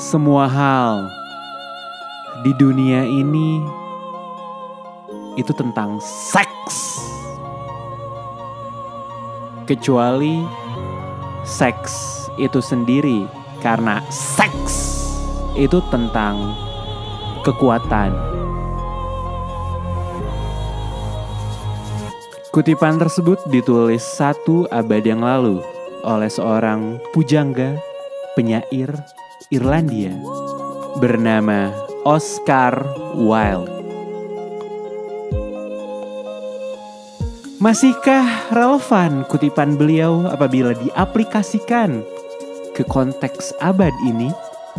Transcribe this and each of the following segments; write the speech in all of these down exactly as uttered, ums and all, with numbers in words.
Semua hal di dunia ini itu tentang seks. Kecuali seks itu sendiri, karena seks itu tentang kekuatan. Kutipan tersebut ditulis satu abad yang lalu oleh seorang pujangga penyair Irlandia bernama Oscar Wilde. Masihkah relevan kutipan beliau apabila diaplikasikan ke konteks abad ini?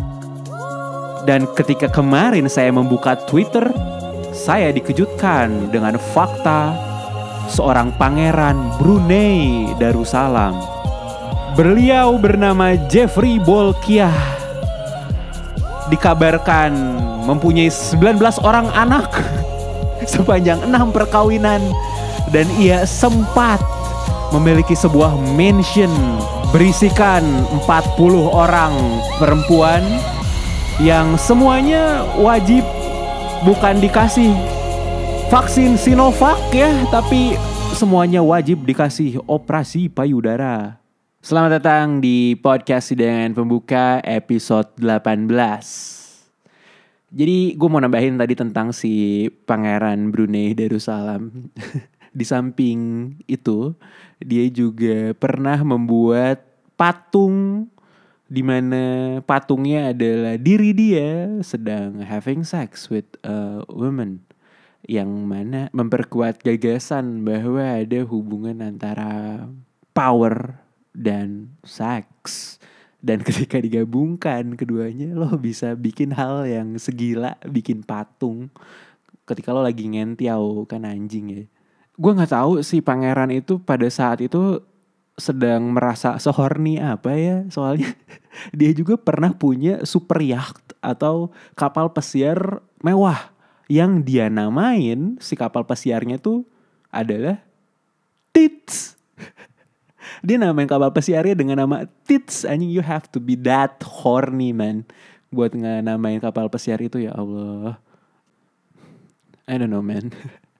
Dan ketika kemarin saya membuka Twitter, saya dikejutkan dengan fakta seorang pangeran Brunei Darussalam. Beliau bernama Jeffrey Bolkiah. Dikabarkan mempunyai sembilan belas orang anak sepanjang enam perkawinan. Dan ia sempat memiliki sebuah mansion berisikan empat puluh orang perempuan yang semuanya wajib bukan dikasih vaksin Sinovac ya, tapi semuanya wajib dikasih operasi payudara. Selamat datang di podcast Hidangan Pembuka episode delapan belas. Jadi gue mau nambahin tadi tentang si Pangeran Brunei Darussalam. Di samping itu, dia juga pernah membuat patung di mana patungnya adalah diri dia sedang having sex with a woman, yang mana memperkuat gagasan bahwa ada hubungan antara power dan seks. Dan ketika digabungkan keduanya, lo bisa bikin hal yang segila, bikin patung ketika lo lagi ngentiau, kan anjing ya. Gue gak tahu si pangeran itu pada saat itu sedang merasa sehorny apa ya. Soalnya dia juga pernah punya super yacht atau kapal pesiar mewah, yang dia namain si kapal pesiarnya tuh adalah Tits. Dia namain kapal pesiarnya dengan nama Tits. Anjing, you have to be that horny man buat gak namain kapal pesiar itu, ya Allah. I don't know man.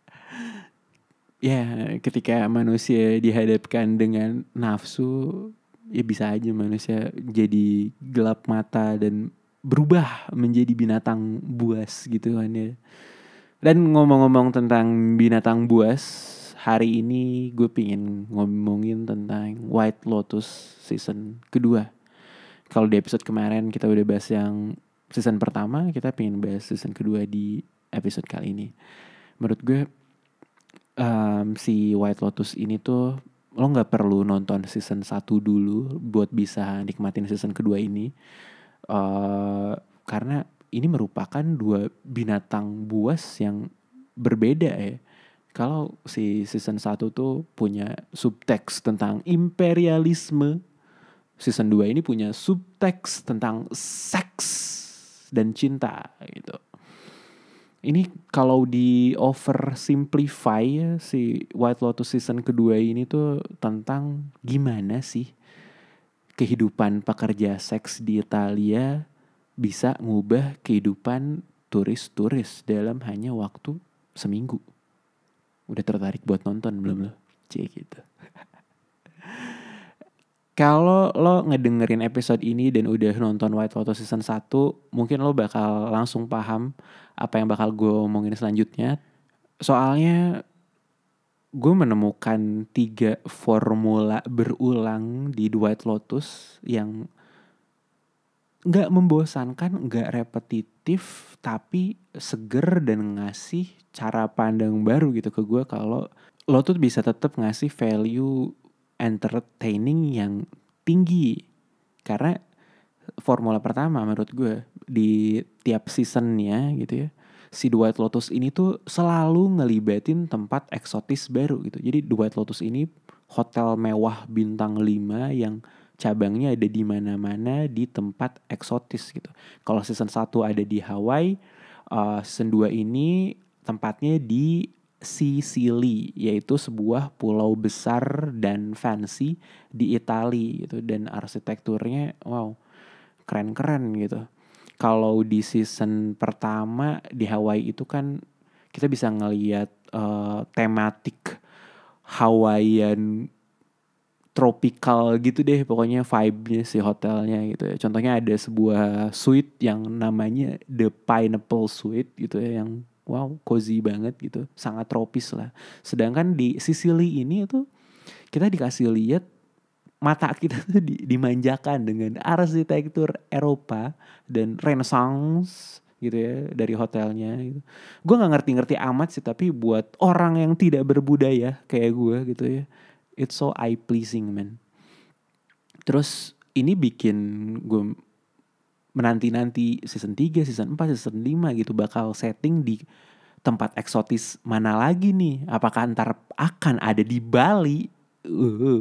Ya, ketika manusia dihadapkan dengan nafsu, ya bisa aja manusia jadi gelap mata dan berubah menjadi binatang buas gitu kan ya. Dan ngomong-ngomong tentang binatang buas, hari ini gue pengen ngomongin tentang White Lotus season kedua. Kalau di episode kemarin kita udah bahas yang season pertama, kita pengen bahas season kedua di episode kali ini. Menurut gue Um, si White Lotus ini tuh lo gak perlu nonton season satu dulu buat bisa nikmatin season kedua ini. Uh, karena ini merupakan dua binatang buas yang berbeda ya. Kalau si season satu tuh punya subteks tentang imperialisme, season dua ini punya subteks tentang seks dan cinta gitu. Ini kalau di oversimplify ya, si White Lotus season kedua ini tuh tentang gimana sih kehidupan pekerja seks di Italia bisa ngubah kehidupan turis-turis dalam hanya waktu seminggu. Udah tertarik buat nonton belum lo? Cie gitu. Kalau lo ngedengerin episode ini dan udah nonton White Lotus season satu, mungkin lo bakal langsung paham apa yang bakal gue omongin selanjutnya. Soalnya gue menemukan tiga formula berulang di White Lotus yang gak membosankan, gak repetitif, tapi seger dan ngasih cara pandang baru gitu ke gue. Kalau lo tuh bisa tetap ngasih value entertaining yang tinggi. Karena formula pertama menurut gue di tiap seasonnya gitu ya, si The White Lotus ini tuh selalu ngelibatin tempat eksotis baru gitu. Jadi The White Lotus ini hotel mewah bintang lima yang cabangnya ada di mana-mana di tempat eksotis gitu. Kalau season satu ada di Hawaii, uh, season dua ini tempatnya di Sicily, yaitu sebuah pulau besar dan fancy di Italia gitu, dan arsitekturnya wow, keren-keren gitu. kalau di season pertama di Hawaii itu kan kita bisa ngelihat uh, tematik Hawaiian tropical gitu deh, pokoknya vibe-nya si hotelnya gitu ya. Contohnya ada sebuah suite yang namanya The Pineapple Suite gitu ya, yang wow cozy banget gitu, sangat tropis lah. Sedangkan di Sicily ini tuh kita dikasih lihat mata kita tuh di, dimanjakan dengan arsitektur Eropa dan Renaissance gitu ya dari hotelnya gitu. Gue nggak ngerti-ngerti amat sih, tapi buat orang yang tidak berbudaya kayak gue gitu ya, it's so eye pleasing man. Terus ini bikin gue menanti-nanti season tiga, season empat, season lima gitu bakal setting di tempat eksotis mana lagi nih? Apakah ntar akan ada di Bali? Uh,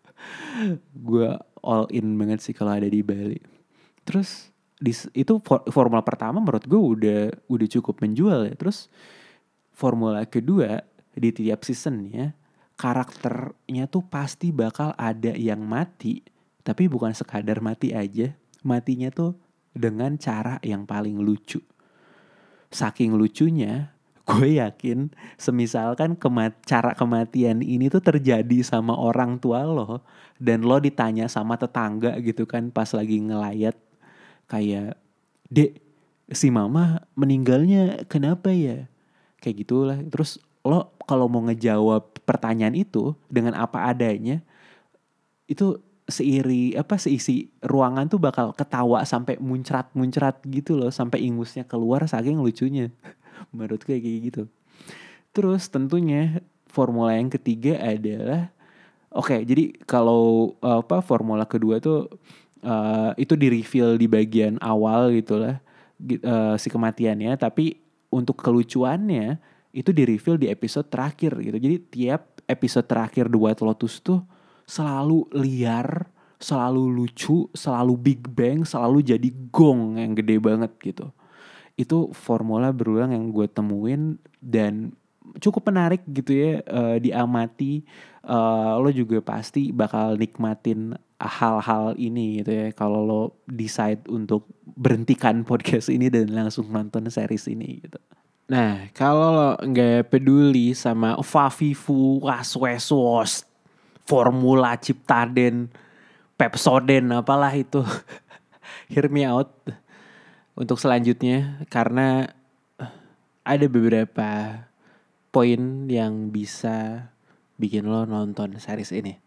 gue all in banget sih kalau ada di Bali. Terus di, itu for, formula pertama menurut gue udah udah cukup menjual ya. Terus formula kedua di tiap seasonnya karakternya tuh pasti bakal ada yang mati, tapi bukan sekadar mati aja, matinya tuh dengan cara yang paling lucu. Saking lucunya, gue yakin semisalkan kemat- cara kematian ini tuh terjadi sama orang tua lo, dan lo ditanya sama tetangga gitu kan pas lagi ngelayat, kayak, "Dek, si mama meninggalnya kenapa ya?" Kayak gitulah. Terus lo kalau mau ngejawab pertanyaan itu dengan apa adanya, itu seiri apa seisi ruangan tuh bakal ketawa sampai muncrat-muncrat gitu loh, sampai ingusnya keluar saking lucunya. Menurut gue kayak gitu. Terus tentunya formula yang ketiga adalah oke, okay, jadi kalau apa formula kedua tuh uh, itu di reveal di bagian awal gitulah uh, si kematiannya, tapi untuk kelucuannya itu di reveal di episode terakhir gitu. Jadi tiap episode terakhir The White Lotus tuh selalu liar, selalu lucu, selalu Big Bang, selalu jadi gong yang gede banget gitu. Itu formula berulang yang gue temuin dan cukup menarik gitu ya, uh, diamati. Uh, lo juga pasti bakal nikmatin hal-hal ini gitu ya kalau lo decide untuk berhentikan podcast ini dan langsung nonton series ini gitu. Nah, kalau lo nggak peduli sama Favivu, Waswesos, Formula Ciptaden, Pepsoden, apalah itu, hear me out untuk selanjutnya, karena ada beberapa poin yang bisa bikin lo nonton series ini.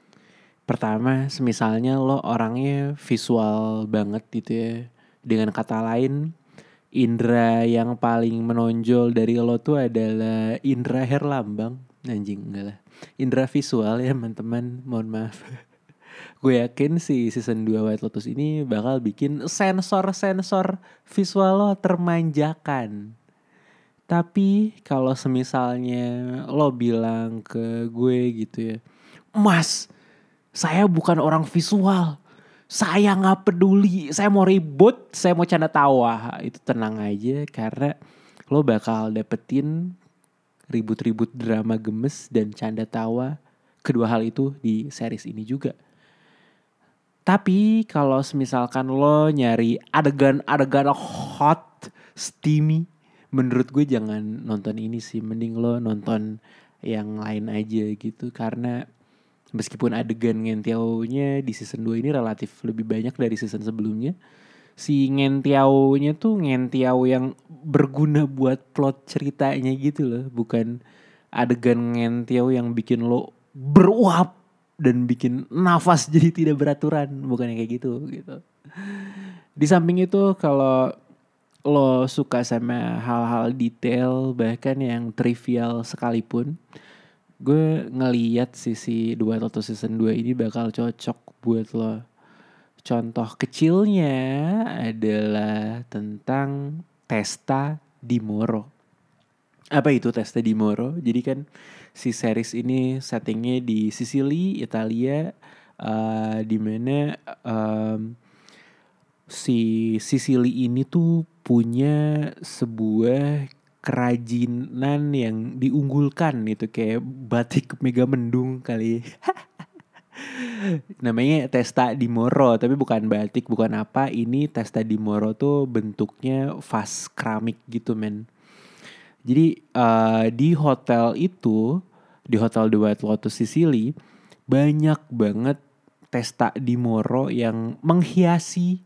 Pertama, semisalnya lo orangnya visual banget gitu ya. Dengan kata lain, indera yang paling menonjol dari lo tuh adalah indera Herlambang. Anjing, enggak lah. Indera visual ya teman-teman, mohon maaf. Gue yakin si season dua White Lotus ini bakal bikin sensor-sensor visual lo termanjakan. Tapi kalau semisalnya lo bilang ke gue gitu ya, "Mas, saya bukan orang visual. Saya gak peduli. Saya mau ribut, saya mau canda tawa." Itu tenang aja, karena lo bakal dapetin ribut-ribut drama gemes dan canda tawa. Kedua hal itu di series ini juga. Tapi kalau misalkan lo nyari adegan-adegan hot, steamy, menurut gue jangan nonton ini sih. Mending lo nonton yang lain aja gitu. Karena meskipun adegan ngentiaunya di season dua ini relatif lebih banyak dari season sebelumnya, si ngentiaunya tuh ngentiau yang berguna buat plot ceritanya gitu loh. Bukan adegan ngentiau yang bikin lo beruap dan bikin nafas jadi tidak beraturan. Bukan kayak gitu gitu. Di samping itu, kalau lo suka sama hal-hal detail bahkan yang trivial sekalipun, gue ngeliat sisi dua atau season dua ini bakal cocok buat lo. Contoh kecilnya adalah tentang Testa di Moro. Apa itu Testa di Moro? Jadi kan si series ini settingnya di Sicily, Italia, uh, di mana um, si Sicily ini tuh punya sebuah kerajinan yang diunggulkan gitu, kayak batik Megamendung kali. Namanya Testa di Moro, tapi bukan batik, bukan apa. Ini Testa di Moro tuh bentuknya vas keramik gitu men. Jadi uh, di hotel itu, di hotel The White Lotus Sicily, banyak banget Testa di Moro yang menghiasi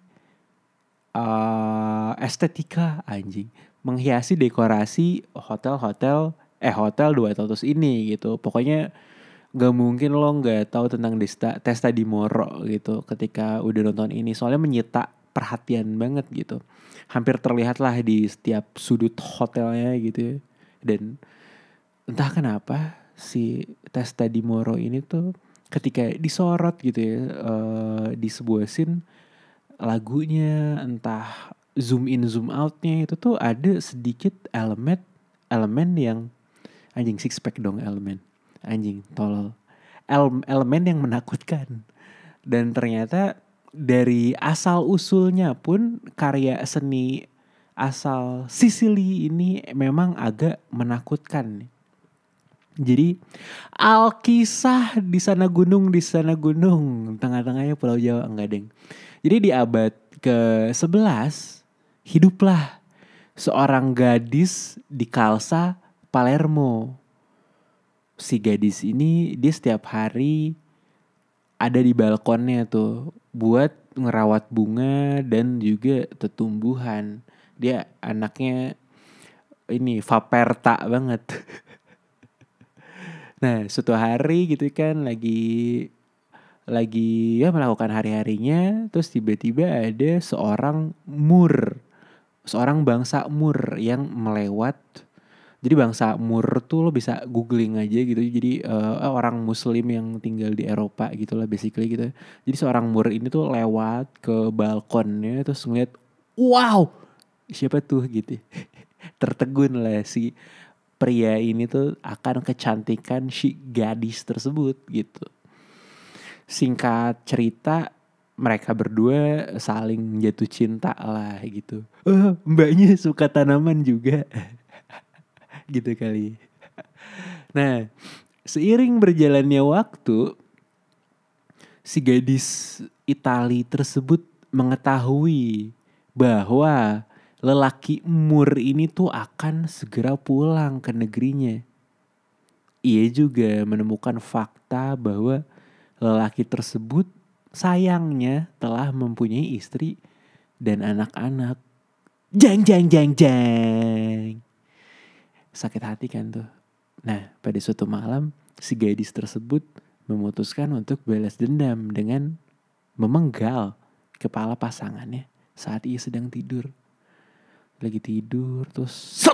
uh, estetika anjing, menghiasi dekorasi hotel-hotel eh hotel The White Lotus ini gitu. Pokoknya gak mungkin lo gak tahu tentang Desta, Testa di Moro gitu ketika udah nonton ini. Soalnya menyita perhatian banget gitu. Hampir terlihat lah di setiap sudut hotelnya gitu ya. Dan entah kenapa si Testa di Moro ini tuh ketika disorot gitu ya uh, di sebuah scene, lagunya entah zoom in zoom outnya itu tuh ada sedikit elemen elemen yang anjing six pack dong elemen. Anjing tolol. Ele- elemen yang menakutkan. Dan ternyata dari asal usulnya pun karya seni asal Sicily ini memang agak menakutkan. Jadi Alkisah di sana gunung, di sana gunung, tengah-tengahnya Pulau Jawa, enggak deng. Jadi di abad ke sebelas hiduplah seorang gadis di Kalsa, Palermo. Si gadis ini dia setiap hari ada di balkonnya tuh buat ngerawat bunga dan juga tetumbuhan. Dia anaknya ini Vaperta banget. Nah, suatu hari gitu kan lagi lagi ya melakukan hari-harinya, terus tiba-tiba ada seorang Moor, seorang bangsa Moor yang melewat. Jadi bangsa Moor tuh lo bisa googling aja gitu. Jadi uh, orang Muslim yang tinggal di Eropa gitu lah basically gitu. Jadi seorang Moor ini tuh lewat ke balkonnya terus ngeliat, wow, siapa tuh gitu. Tertegun lah si pria ini tuh akan kecantikan si gadis tersebut gitu. Singkat cerita, mereka berdua saling jatuh cinta lah gitu. Oh, mbaknya suka tanaman juga. Gitu kali. Nah, seiring berjalannya waktu, si gadis Itali tersebut mengetahui bahwa lelaki Moor ini tuh akan segera pulang ke negerinya. Ia juga menemukan fakta bahwa lelaki tersebut sayangnya telah mempunyai istri dan anak-anak. Jang jang jang jang. Sakit hati kan tuh. Nah, pada suatu malam si gadis tersebut memutuskan untuk balas dendam dengan memenggal kepala pasangannya saat ia sedang tidur. Lagi tidur terus sep!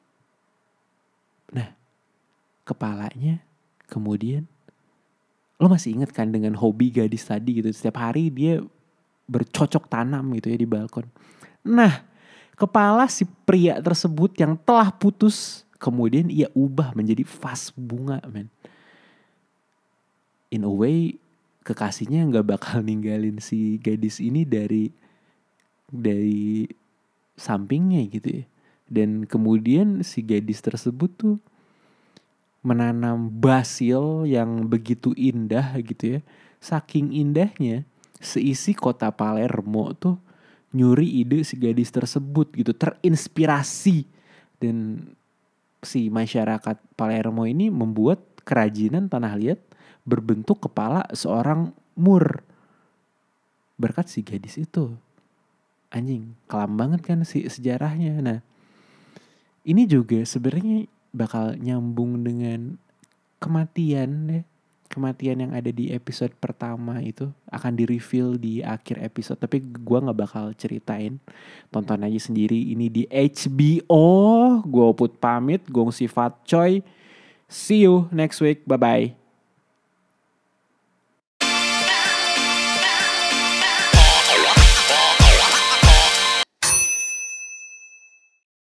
Nah, kepalanya kemudian, lo masih ingat kan dengan hobi gadis tadi gitu, setiap hari dia bercocok tanam gitu ya di balkon. Nah, kepala si pria tersebut yang telah putus kemudian ia ubah menjadi vas bunga, men. In a way, kekasihnya nggak bakal ninggalin si gadis ini dari dari sampingnya gitu ya. Dan kemudian si gadis tersebut tuh menanam basil yang begitu indah gitu ya. Saking indahnya, seisi kota Palermo tuh nyuri ide si gadis tersebut gitu, terinspirasi. Dan si masyarakat Palermo ini membuat kerajinan tanah liat berbentuk kepala seorang Moor berkat si gadis itu. Anjing, kelam banget kan si sejarahnya. Nah, ini juga sebenarnya bakal nyambung dengan kematian ya. Kematian yang ada di episode pertama itu akan di-reveal di akhir episode. Tapi gue gak bakal ceritain. Tonton aja sendiri. Ini di H B O. Gue Oput pamit. Gue Sifat Coy. See you next week. Bye-bye.